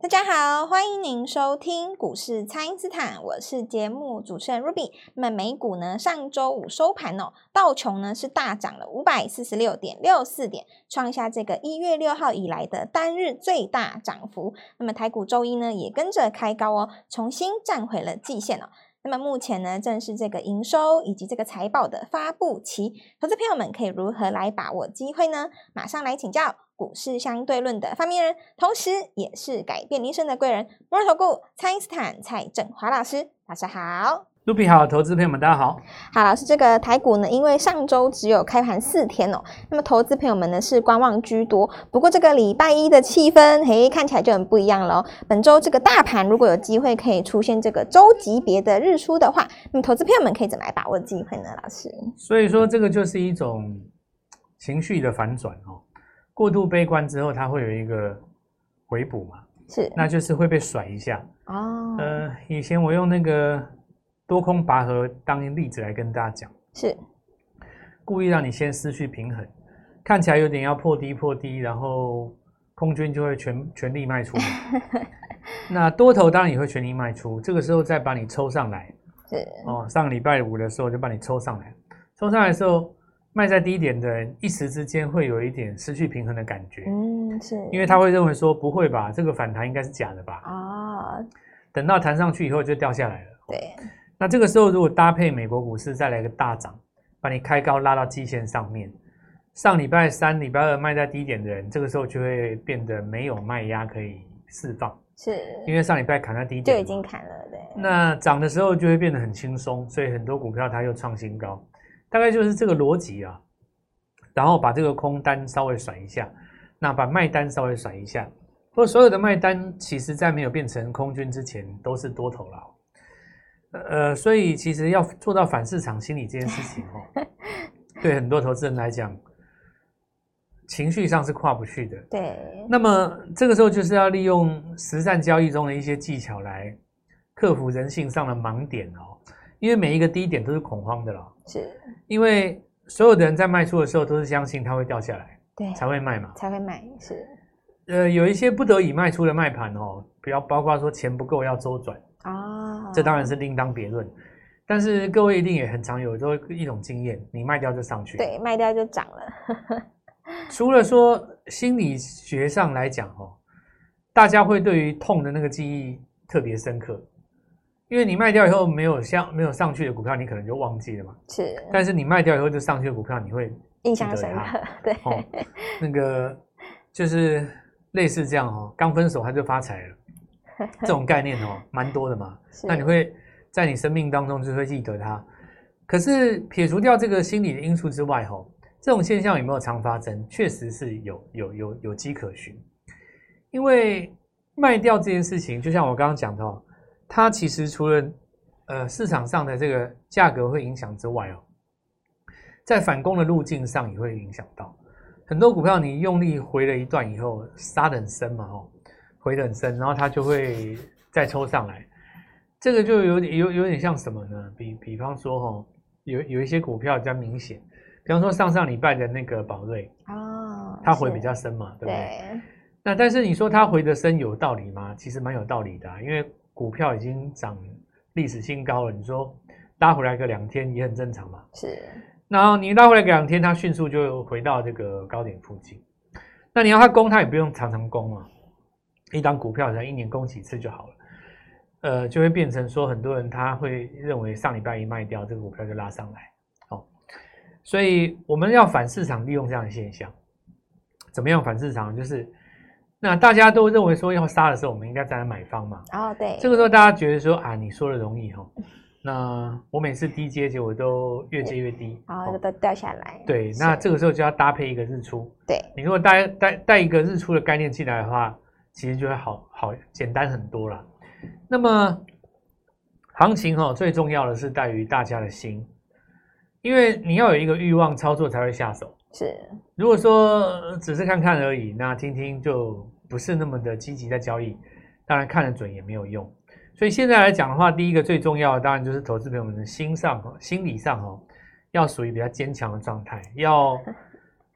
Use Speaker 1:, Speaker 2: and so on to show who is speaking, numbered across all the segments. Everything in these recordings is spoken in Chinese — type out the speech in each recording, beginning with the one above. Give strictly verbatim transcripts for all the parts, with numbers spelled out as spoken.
Speaker 1: 大家好，欢迎您收听股市蔡因斯坦，我是节目主持人 Ruby。那么美股呢，上周五收盘哦，道琼呢是大涨了五百四十六点六四点，创下这个一月六号以来的单日最大涨幅。那么台股周一呢也跟着开高哦，重新站回了季线哦。那么目前呢，正是这个营收以及这个财报的发布期，投资朋友们可以如何来把握机会呢？马上来请教股市相对论的发明人，同时也是改变人生的贵人——摩尔投顾蔡因斯坦蔡正华老师，老师好。
Speaker 2: Ruby 好，投资朋友们大家好。
Speaker 1: 好，老师，这个台股呢，因为上周只有开盘四天哦，那么投资朋友们呢是观望居多。不过这个礼拜一的气氛，嘿，看起来就很不一样了哦。本周这个大盘如果有机会可以出现这个周级别的日出的话，那么投资朋友们可以怎么来把握机会呢？老师，
Speaker 2: 所以说这个就是一种情绪的反转哦。过度悲观之后，它会有一个回补嘛，
Speaker 1: 是，
Speaker 2: 那就是会被甩一下
Speaker 1: 哦。
Speaker 2: 呃，以前我用那个多空拔河当例子来跟大家讲，
Speaker 1: 是
Speaker 2: 故意让你先失去平衡，看起来有点要破低破低，然后空军就会全全力卖出嘛。那多头当然也会全力卖出，这个时候再把你抽上来。
Speaker 1: 是
Speaker 2: 哦，上个礼拜五的时候就把你抽上来，抽上来的时候，卖在低点的人一时之间会有一点失去平衡的感觉。
Speaker 1: 嗯，是，
Speaker 2: 因为他会认为说不会吧，这个反弹应该是假的吧。
Speaker 1: 哦，
Speaker 2: 等到弹上去以后就掉下来了。
Speaker 1: 对。
Speaker 2: 那这个时候如果搭配美国股市再来一个大涨，把你开高拉到季线上面，上礼拜三、礼拜二卖在低点的人，这个时候就会变得没有卖压可以释放，
Speaker 1: 是
Speaker 2: 因为上礼拜砍在低点
Speaker 1: 就已经砍了，对。
Speaker 2: 那涨的时候就会变得很轻松，所以很多股票它又创新高，大概就是这个逻辑啊。然后把这个空单稍微甩一下，那把卖单稍微甩一下，不过所有的卖单其实在没有变成空军之前都是多头了。呃，所以其实要做到反市场心理这件事情哦，对很多投资人来讲，情绪上是跨不去的。
Speaker 1: 对。
Speaker 2: 那么这个时候就是要利用实战交易中的一些技巧来克服人性上的盲点哦，因为每一个低点都是恐慌的了。是，因为所有的人在卖出的时候都是相信它会掉下来，对，才会卖嘛，
Speaker 1: 才会卖。是，
Speaker 2: 呃，有一些不得已卖出的卖盘哦，比较包括说钱不够要周转。哦，这当然是另当别论，但是各位一定也很常有一种经验，你卖掉就上去，
Speaker 1: 对，卖掉就涨了。
Speaker 2: 除了说心理学上来讲哦，大家会对于痛的那个记忆特别深刻，因为你卖掉以后没有像没有上去的股票，你可能就忘记了嘛。是，但是你卖掉以后就上去的股票，你会
Speaker 1: 印象深刻。对，哦，
Speaker 2: 那个就是类似这样哦，刚分手他就发财了。这种概念哦，蛮多的嘛。那你会在你生命当中就会记得它。可是撇除掉这个心理的因素之外，哦，这种现象有没有常发生？确实是有有有有迹可循。因为卖掉这件事情，就像我刚刚讲的哦，它其实除了呃市场上的这个价格会影响之外哦，在反攻的路径上也会影响到。很多股票你用力回了一段以后，杀得很深嘛，哦。回得很深，然后它就会再抽上来，这个就有点有有点像什么呢？比比方说哈，有有一些股票比较明显，比方说上上礼拜的那个宝瑞哦，它回比较深嘛，对不对？对。那但是你说它回得深有道理吗？其实蛮有道理的，啊，因为股票已经涨历史新高了，你说拉回来个两天也很正常嘛。是。然后你拉回来个两天，它迅速就回到这个高点附近，那你要它攻，它也不用常常攻嘛。一档股票才一年攻几次就好了，呃，就会变成说很多人他会认为上礼拜一卖掉这个股票就拉上来，哦，所以我们要反市场利用这样的现象，怎么样反市场？就是那大家都认为说要杀的时候，我们应该站在买方嘛，哦，对，这个时候大家觉得说啊，你说的容易哈，哦，那我每次低接结果都越接越低，
Speaker 1: 然后都掉下来，
Speaker 2: 对，那这个时候就要搭配一个日出，
Speaker 1: 对，
Speaker 2: 你如果带带带一个日出的概念进来的话。其实就会好好简单很多啦。那么行情哦，最重要的是在于大家的心，因为你要有一个欲望，操作才会下手。是，如果说只是看看而已，那听听就不是那么的积极在交易，当然看得准也没有用。所以现在来讲的话，第一个最重要的当然就是投资朋友们的心上、心理上哦，要属于比较坚强的状态，要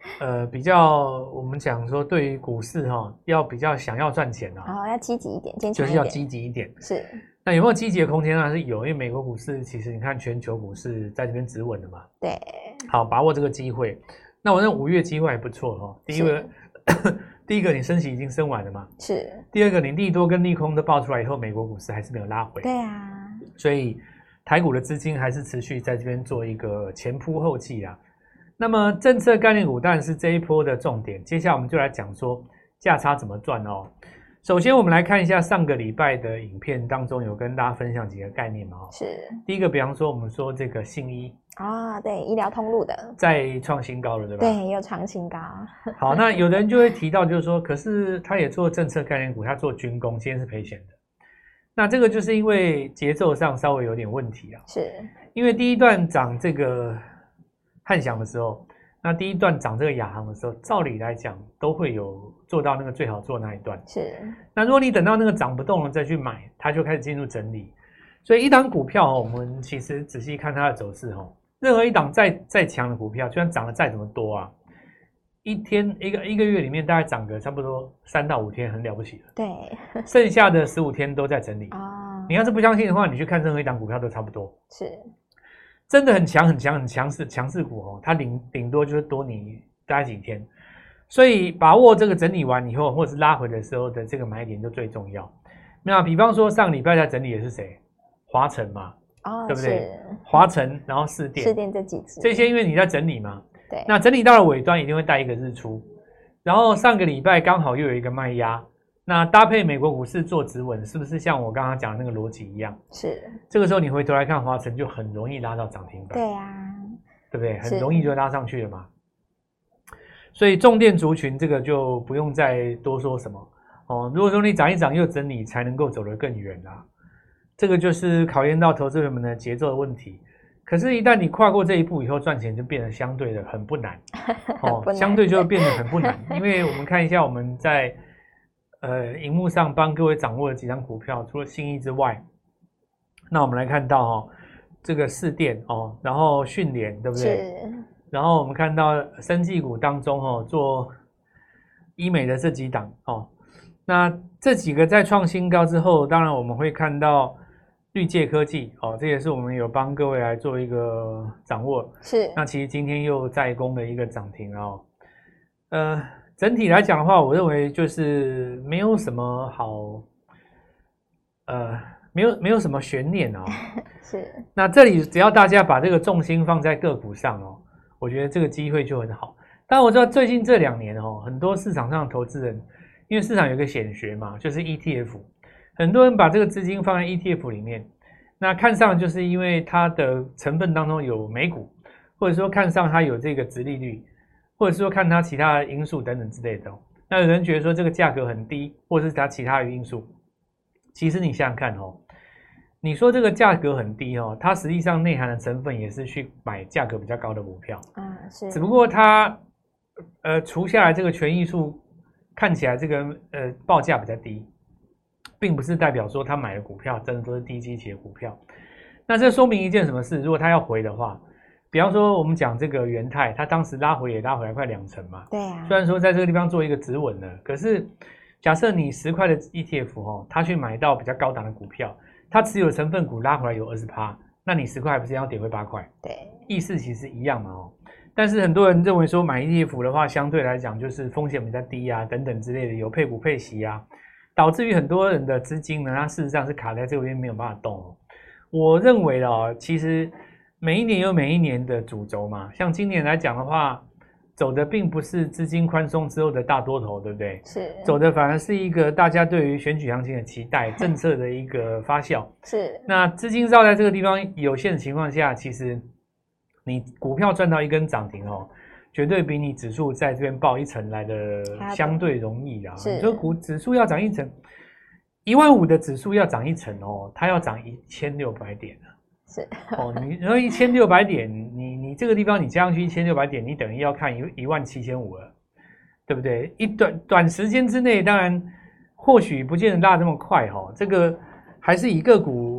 Speaker 2: 呃比较我们讲说对于股市哈、哦、要比较想要赚钱啊，
Speaker 1: 哦，要积极一点，坚强一点，
Speaker 2: 就是要积极一点。
Speaker 1: 是。
Speaker 2: 那有没有积极的空间？当然是有，因为美国股市其实你看全球股市在这边止稳了嘛。
Speaker 1: 对。
Speaker 2: 好，把握这个机会。那我认为五月机会还不错哈、哦。第一个，第一个你升息已经升完了嘛。
Speaker 1: 是。
Speaker 2: 第二个，你利多跟利空都爆出来以后，美国股市还是没有拉回。
Speaker 1: 对啊。
Speaker 2: 所以台股的资金还是持续在这边做一个前仆后继啊。那么政策概念股当然是这一波的重点。接下来我们就来讲说价差怎么赚哦。首先我们来看一下上个礼拜的影片当中有跟大家分享几个概念嘛。
Speaker 1: 是。
Speaker 2: 第一个，比方说我们说这个信医
Speaker 1: 啊、哦，对，医疗通路的
Speaker 2: 再创新高了，对吧？
Speaker 1: 对，又创新高。
Speaker 2: 好，那有的人就会提到，就是说，可是他也做政策概念股，他做军工，今天是赔钱的。那这个就是因为节奏上稍微有点问题啊。
Speaker 1: 是。因
Speaker 2: 为第一段涨这个汉翔的时候，那第一段涨这个亚航的时候，照理来讲都会有做到那个最好做那一段。
Speaker 1: 是。
Speaker 2: 那如果你等到那个涨不动了再去买，它就开始进入整理。所以一档股票、哦、我们其实仔细看它的走势、哦、任何一档再再强的股票，就算涨得再怎么多啊，一天一个一个月里面大概涨个差不多三到五天，很了不起了。
Speaker 1: 对。
Speaker 2: 剩下的十五天都在整理。
Speaker 1: 哦。
Speaker 2: 你要是不相信的话，你去看任何一档股票都差不多。
Speaker 1: 是。
Speaker 2: 真的很强很强很强势强势股哦，它顶顶多就是多你大概几天，所以把握这个整理完以后，或者是拉回的时候的这个买点就最重要。那比方说上礼拜在整理的是谁？华城嘛，
Speaker 1: 哦，
Speaker 2: 对不对？华城，然后士电，
Speaker 1: 士电这几只，
Speaker 2: 这些因为你在整理嘛，
Speaker 1: 对，
Speaker 2: 那整理到了尾端一定会带一个日出，然后上个礼拜刚好又有一个卖压。那搭配美国股市做止稳，是不是像我刚刚讲的那个逻辑一样？
Speaker 1: 是。
Speaker 2: 这个时候你回头来看华城，就很容易拉到涨停板。
Speaker 1: 对啊，
Speaker 2: 对不对？很容易就拉上去了嘛。所以重电族群这个就不用再多说什么哦。如果说你涨一涨又整理，才能够走得更远啦。这个就是考验到投资人们的节奏的问题。可是，一旦你跨过这一步以后，赚钱就变得相对的很不难哦，
Speaker 1: 不难
Speaker 2: 相对就会变得很不难。因为我们看一下我们在呃荧幕上帮各位掌握的几张股票，除了信义之外，那我们来看到哈、哦，这个士电哦，然后讯联对不对？
Speaker 1: 是。
Speaker 2: 然后我们看到生技股当中哦，做医美的这几档哦，那这几个在创新高之后，当然我们会看到绿界科技哦，这也是我们有帮各位来做一个掌握。
Speaker 1: 是。
Speaker 2: 那其实今天又再攻了一个涨停哦。呃，整体来讲的话，我认为就是没有什么好，呃，没有没有什么悬念哦。
Speaker 1: 是。那
Speaker 2: 这里只要大家把这个重心放在个股上哦，我觉得这个机会就很好。但我知道最近这两年哦，很多市场上的投资人，因为市场有一个显学嘛，就是 E T F， 很多人把这个资金放在 E T F 里面，那看上就是因为它的成分当中有美股，或者说看上它有这个殖利率，或者说看它其他的因素等等之类的、哦。那有人觉得说这个价格很低，或者是它其他的因素，其实你想想看哦。你说这个价格很低哦，它实际上内涵的成分也是去买价格比较高的股票，
Speaker 1: 嗯，是。
Speaker 2: 只不过它呃除下来这个权益数看起来这个呃报价比较低，并不是代表说他买的股票真的都是低基期的股票。那这说明一件什么事？如果他要回的话，比方说我们讲这个元泰，它当时拉回也拉回来快两成嘛，
Speaker 1: 对啊。
Speaker 2: 虽然说在这个地方做一个止稳了，可是假设你十块的 E T F 哦，他去买到比较高档的股票。它持有成分股拉回来有 百分之二十， 那你十块还不是要跌回八块？
Speaker 1: 对，
Speaker 2: 意思其实一样嘛哦。但是很多人认为说买 E T F 的话，相对来讲就是风险比较低啊，等等之类的，有配股配息啊，导致于很多人的资金呢，它事实上是卡在这边没有办法动哦。我认为哦，其实每一年有每一年的主轴嘛，像今年来讲的话。走的并不是资金宽松之后的大多头，对不对？
Speaker 1: 是。
Speaker 2: 走的反而是一个大家对于选举行情的期待，政策的一个发酵。
Speaker 1: 是。那
Speaker 2: 资金绕在这个地方有限的情况下，其实你股票赚到一根涨停哦，绝对比你指数在这边报一层来的相对容易啊。你说股指数要涨一层，一万五的指数要涨一层哦，它要涨一千六百点啊。
Speaker 1: 是
Speaker 2: 哦，你然后一千六百点，你你这个地方你加上去一千六百点，你等于要看一一万七千五了，对不对？一短短时间之内，当然或许不见得拉这么快哈、哦，这个还是以个股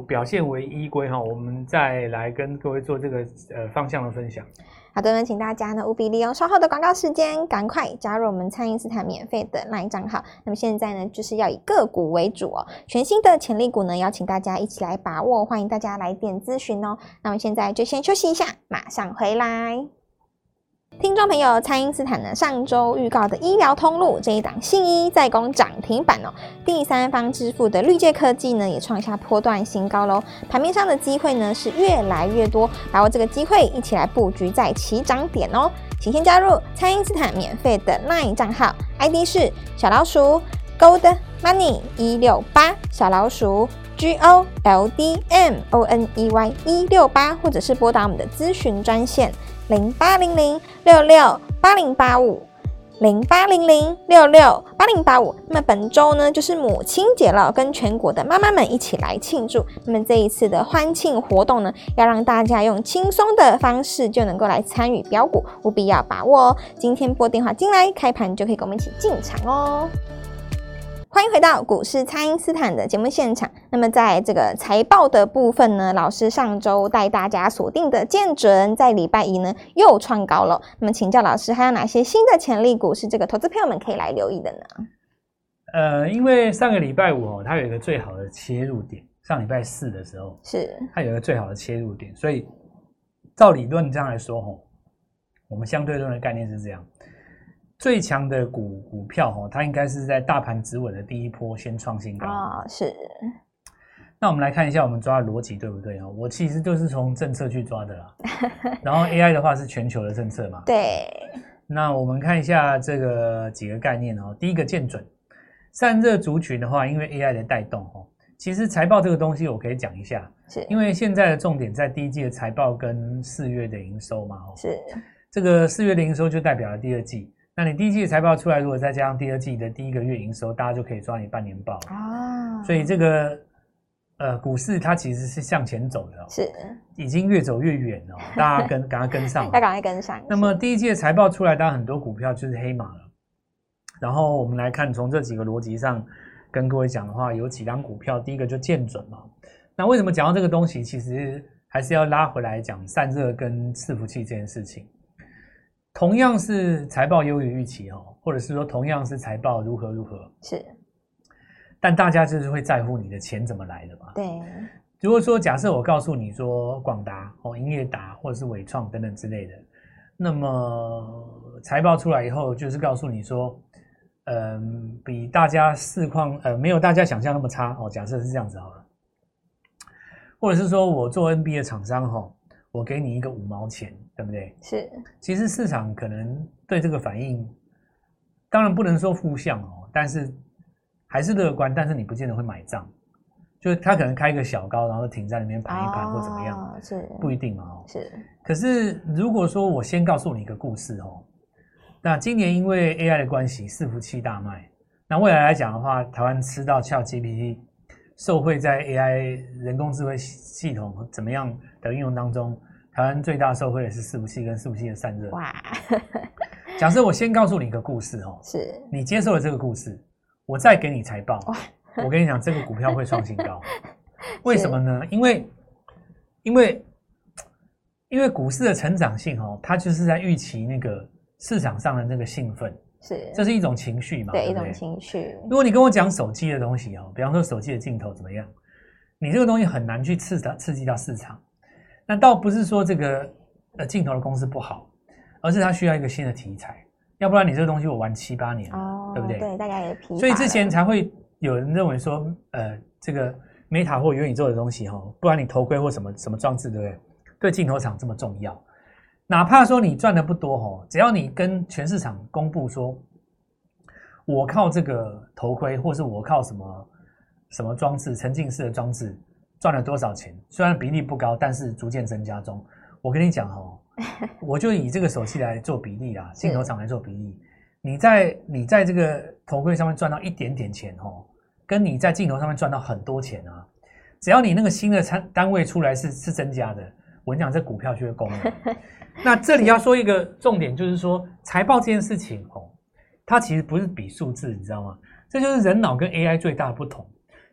Speaker 2: 股表现为依归哈，我们再来跟各位做这个呃方向的分享。
Speaker 1: 好的呢，请大家呢务必利用稍后的广告时间，赶快加入我们蔡因斯坦免费的 LINE 账号。那么现在呢，就是要以个股为主哦，全新的潜力股呢，邀请大家一起来把握，欢迎大家来电咨询哦。那么现在就先休息一下，马上回来。听众朋友，蔡因斯坦呢上周预告的医疗通路这一档信医再攻涨停板哦，第三方支付的绿界科技呢也创下波段新高喽，盘面上的机会呢是越来越多，把握这个机会，一起来布局在起涨点哦。请先加入蔡因斯坦免费的 LINE 账号 ，I D 是小老鼠 Gold Money 一六八，小老鼠 G O L D M O N E Y 一六八，或者是拨打我们的咨询专线。零八零零六六八零八五，零八零零六六八零八五。那么本周呢，就是母亲节了，跟全国的妈妈们一起来庆祝。那么这一次的欢庆活动呢，要让大家用轻松的方式就能够来参与标股，务必要把握哦。今天拨电话进来，开盘就可以跟我们一起进场哦。欢迎回到股市蔡因斯坦的节目现场。那么在这个财报的部分呢，老师上周带大家锁定的建准，在礼拜一呢又创高了。那么请教老师，还有哪些新的潜力股是这个投资朋友们可以来留意的呢？
Speaker 2: 呃，因为上个礼拜五哦，它有一个最好的切入点，上礼拜四的时候是它有一个最好的切入点，所以照理论上来说哦，我们相对论的概念是这样。最强的股股票哈，它应该是在大盘止稳的第一波先创新高啊、哦，是。那我们来看一下我们抓的逻辑对不对啊？我其实就是从政策去抓的啦。然后 A I 的话是全球的政策嘛。对。那我们看一下这个几个概念哦。第一个建准，散热族群的话，因为 A I 的带动哦，其实财报这个东西我可以讲一下，是因为现在的重点在第一季的财报跟四月的营收嘛。哦，是。这个四月的营收就代表了第二季。那你第一季的财报出来，如果再加上第二季的第一个月营收，大家就可以抓你半年报啊。所以这个呃股市它其实是向前走的、哦，是已经越走越远了、哦，大家跟赶快跟上，
Speaker 1: 要赶快跟上。
Speaker 2: 那么第一季的财报出来，当然很多股票就是黑马了。然后我们来看从这几个逻辑上跟各位讲的话，有几档股票，第一个就建准嘛。那为什么讲到这个东西，其实还是要拉回来讲散热跟伺服器这件事情。同样是财报优于预期哦，或者是说同样是财报如何如何是，但大家就是会在乎你的钱怎么来的嘛。对，如果说假设我告诉你说广达哦、英业达或者是伟创等等之类的，那么财报出来以后就是告诉你说，嗯，比大家市况呃没有大家想象那么差哦，假设是这样子好了，或者是说我做 N B 的厂商哈、哦。我给你一个五毛钱，对不对？是。其实市场可能对这个反应，当然不能说负向哦，但是还是乐观。但是你不见得会买账，就是他可能开一个小高，然后停在那边盘一盘、哦、或怎么样，是不一定嘛哦。是。可是如果说我先告诉你一个故事哦，那今年因为 A I 的关系，伺服器大卖，那未来来讲的话，台湾吃到 ChatGPT。受惠在 A I 人工智慧系统怎么样的运用当中，台湾最大受惠的是伺服器跟伺服器的散热。哇！假设我先告诉你一个故事哦，是你接受了这个故事，我再给你财报，我跟你讲这个股票会创新高。为什么呢？因为因为因为股市的成长性哦，它就是在预期那个市场上的那个兴奋。是，这是一种情绪嘛？对，对对一种情绪。如果你跟我讲手机的东西哦，比方说手机的镜头怎么样，你这个东西很难去刺激刺激到市场。那倒不是说这个呃镜头的公司不好，而是它需要一个新的题材，要不然你这个东西我玩七八年了，哦、对不对？对，大家也疲乏。所以之前才会有人认为说，呃，这个 Meta 或元宇宙的东西哈、哦，不然你头盔或什么什么装置，对不对？对镜头厂这么重要。哪怕说你赚的不多哦，只要你跟全市场公布说，我靠这个头盔，或是我靠什么什么装置，沉浸式的装置赚了多少钱，虽然比例不高，但是逐渐增加中。我跟你讲哦，我就以这个手机来做比例啦，镜头厂来做比例，你在你在这个头盔上面赚到一点点钱哦，跟你在镜头上面赚到很多钱啊，只要你那个新的单单位出来是是增加的，我跟你讲这股票就会攻了。那这里要说一个重点，就是说财报这件事情哦，它其实不是比数字，你知道吗？这就是人脑跟 A I 最大的不同。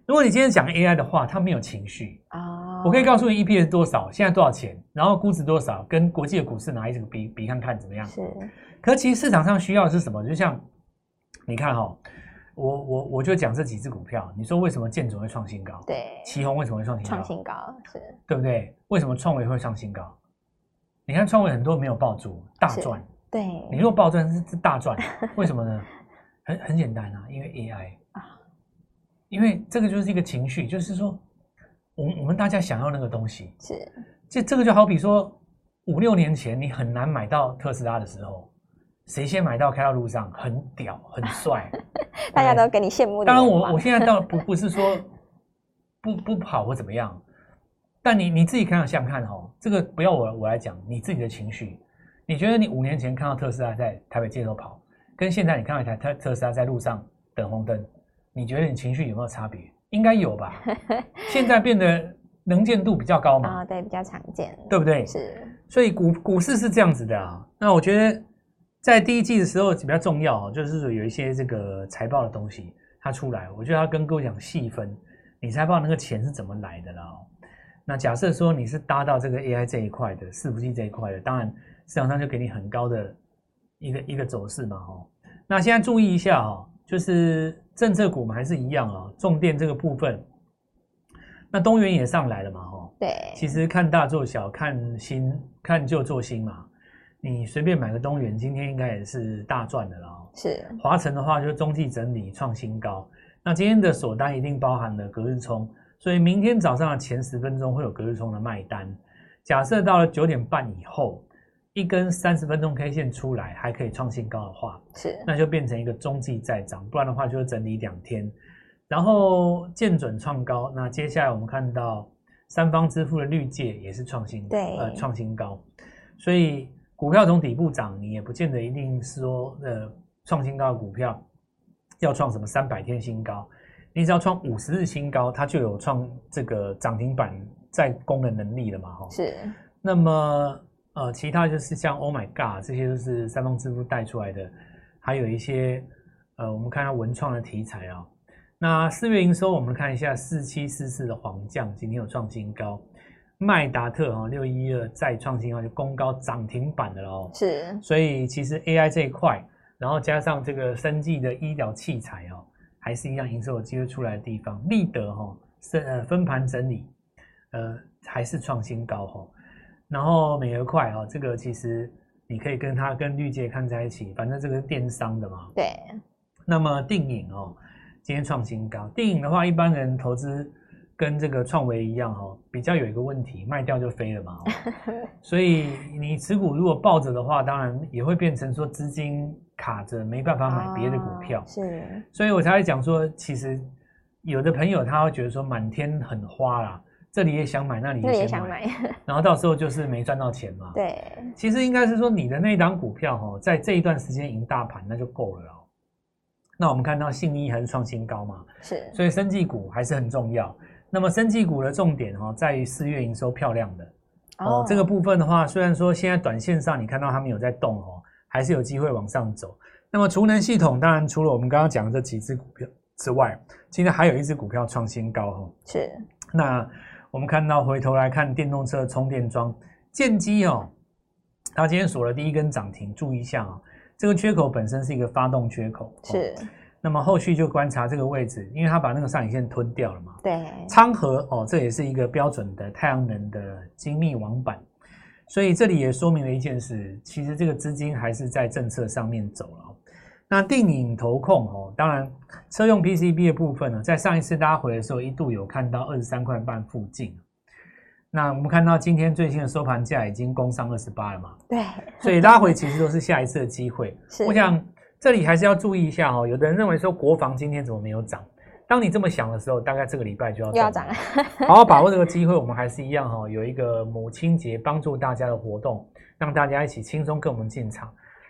Speaker 2: 如果你今天讲 A I 的话，它没有情绪
Speaker 1: 哦，
Speaker 2: 我可以告诉你 E P S 多少，现在多少钱，然后估值多少，跟国际的股市拿一个比比看看怎么样。
Speaker 1: 是，
Speaker 2: 可其实市场上需要的是什么？就像你看哈、哦，我我我就讲这几只股票，你说为什么建准会创新高？
Speaker 1: 对，
Speaker 2: 奇鋐为什么会创新高？
Speaker 1: 创新高是，
Speaker 2: 对不对？为什么创维会创新高？你看创维很多没有抱住，大赚。
Speaker 1: 对，
Speaker 2: 你如果抱赚是大赚，为什么呢？很很简单啊，因为 A I 啊，因为这个就是一个情绪，就是说，我们我们大家想要那个东西，
Speaker 1: 是，
Speaker 2: 这这个就好比说五六年前你很难买到特斯拉的时候，谁先买到开到路上很屌很帅，
Speaker 1: 大家都给你羡慕的。
Speaker 2: 当然我我现在倒不不是说不不好或怎么样，但你你自己看想想看哦，这个不要我我来讲，你自己的情绪。你觉得你五年前看到特斯拉在台北街头跑，跟现在你看到一台特特斯拉在路上等红灯，你觉得你情绪有没有差别？应该有吧。现在变得能见度比较高嘛，
Speaker 1: 啊、哦，对，比较常见，
Speaker 2: 对不对？
Speaker 1: 是。
Speaker 2: 所以股股市是这样子的啊。那我觉得在第一季的时候比较重要，就是有一些这个财报的东西它出来，我觉得要跟各位讲细分，你财报那个钱是怎么来的啦。那假设说你是搭到这个 A I 这一块的，伺服器这一块的，当然市场上就给你很高的一个一个走势嘛，哈。那现在注意一下哈，就是政策股嘛还是一样啊，重电这个部分，那东元也上来了嘛，哈。
Speaker 1: 对。
Speaker 2: 其实看大做小，看新看旧做新嘛，你随便买个东元，今天应该也是大赚的啦。
Speaker 1: 是。
Speaker 2: 华城的话，就是中继整理创新高，那今天的锁单一定包含了隔日冲。所以明天早上的前十分钟会有隔日冲的卖单。假设到了九点半以后，一根三十分钟 K 线出来，还可以创新高的话，
Speaker 1: 是，
Speaker 2: 那就变成一个中继再涨，不然的话就整理两天。然后建准创高，那接下来我们看到三方支付的绿界也是创新，
Speaker 1: 对，
Speaker 2: 呃创新高。所以股票从底部涨，你也不见得一定是说呃创新高的股票要创什么三百天新高。你只要创五十日新高，它就有创这个涨停板再攻的能力了嘛？哈，是。那么呃，其他就是像 Oh my God， 这些都是三方支付带出来的，还有一些呃，我们看到文创的题材啊。那四月营收，我们看一下四七四四的黄酱今天有创新高，麦达特哈六一二再创新高就攻高涨停板的喽。是。所以其实 A I 这一块，然后加上这个生技的医疗器材哦。还是一样营收有机会出来的地方，立德哈、哦、是呃分盘整理，呃还是创新高哈、哦。然后美而快啊、哦，这个其实你可以跟它跟绿界看在一起，反正这个是电商的嘛。对。那么定影哦，今天创新高。定影的话，一般人投资跟这个创维一样哈、哦，比较有一个问题，卖掉就飞了嘛、哦。所以你持股如果抱着的话，当然也会变成说资金卡着没办法买别的股票、哦、是，所以我才会讲说，其实有的朋友他会觉得说满天很花啦，这里也想买，那里也想买，想买然后到时候就是没赚到钱嘛。对，其实应该是说你的那一档股票哈，在这一段时间赢大盘那就够了、哦。那我们看到信一还是创新高嘛，是，所以生技股还是很重要。那么生技股的重点哈，在于四月营收漂亮的哦，这个部分的话，虽然说现在短线上你看到他们有在动哦。还是有机会往上走。那么储能系统，当然除了我们刚刚讲的这几只股票之外，今天还有一只股票创新高哦。是。那我们看到回头来看电动车充电桩，建基哦，它今天锁了第一根涨停，注意一下啊、哦，这个缺口本身是一个发动缺口。是。哦、那么后续就观察这个位置，因为它把那个上影线吞掉了嘛。对。昌河哦，这也是一个标准的太阳能的精密网板。所以这里也说明了一件事，其实这个资金还是在政策上面走了。那定影投控哦，当然车用 P C B 的部分呢，在上一次拉回的时候，一度有看到二十三块半附近。那我们看到今天最新的收盘价已经攻上二十八了嘛？对，所以拉回其实都是下一次的机会。我想这里还是要注意一下哦，有的人认为说国防今天怎么没有涨？当你这么想的时候，大概这个礼拜就要要涨了。好好把握这个机会，我们还是一样哈，有一个母亲节帮助大家的活动，让大家一起轻松跟我们进场。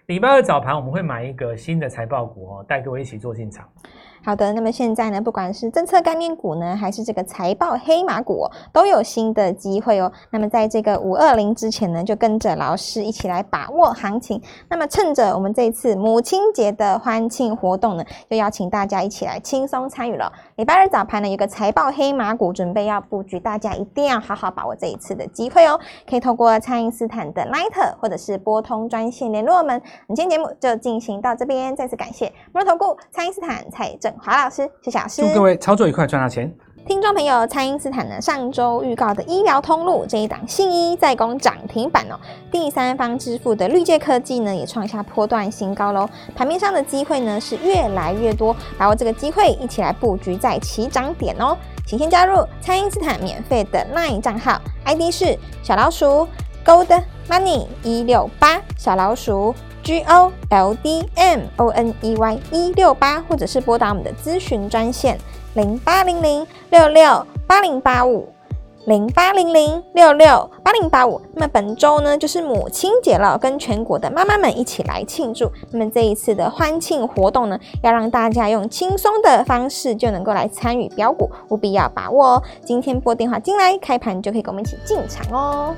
Speaker 2: 礼拜二早盘我们会买一个新的财报股哦，带各位一起做进场。
Speaker 1: 好的，那么现在呢，不管是政策概念股呢，还是这个财报黑马股哦，都有新的机会哦。那么在这个五二零之前呢，就跟着老师一起来把握行情。那么趁着我们这一次母亲节的欢庆活动呢，就邀请大家一起来轻松参与了。礼拜二早盘呢，有个财报黑马股准备要布局，大家一定要好好把握这一次的机会哦。可以透过蔡因斯坦的 Line 或者是拨通专线联络我们。今天节目就进行到这边，再次感谢摩尔投顾蔡因斯坦蔡正华老师，谢谢老师。
Speaker 2: 祝各位操作愉快，赚到钱。
Speaker 1: 听众朋友，蔡因斯坦呢上周预告的医疗通路这一档信医再攻涨停板哦，第三方支付的绿界科技呢也创下波段新高喽。盘面上的机会呢是越来越多，把握这个机会，一起来布局在起涨点哦。请先加入蔡因斯坦免费的 LINE 账号 ，I D 是小老鼠 Gold Money 一六八，小老鼠 G O L D M O N E Y 一六八，或者是拨打我们的咨询专线零八零零六六八零八五零八零零六六八零八五。那么本周呢就是母亲节了，跟全国的妈妈们一起来庆祝。那么这一次的欢庆活动呢，要让大家用轻松的方式就能够来参与标股，务必要把握哦。今天拨电话进来，开盘就可以跟我们一起进场哦。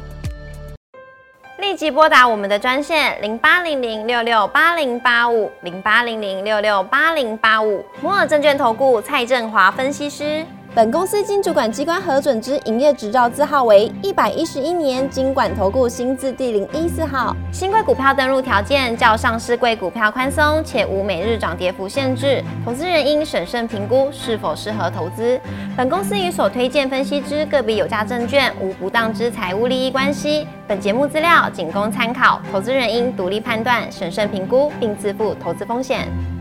Speaker 3: 立即拨打我们的专线零八零零六六八零八五零八零零六六八零八五。摩尔证券投顾蔡正华分析师。
Speaker 4: 本公司经主管机关核准之营业执照字号为一百一十一年金管投顾新字第零一四号。
Speaker 3: 新贵股票登录条件较上市贵股票宽松，且无每日涨跌幅限制，投资人应审慎评估是否适合投资。本公司与所推荐分析之个别有价证券无不当之财务利益关系。本节目资料仅供参考，投资人应独立判断、审慎评估，并自负投资风险。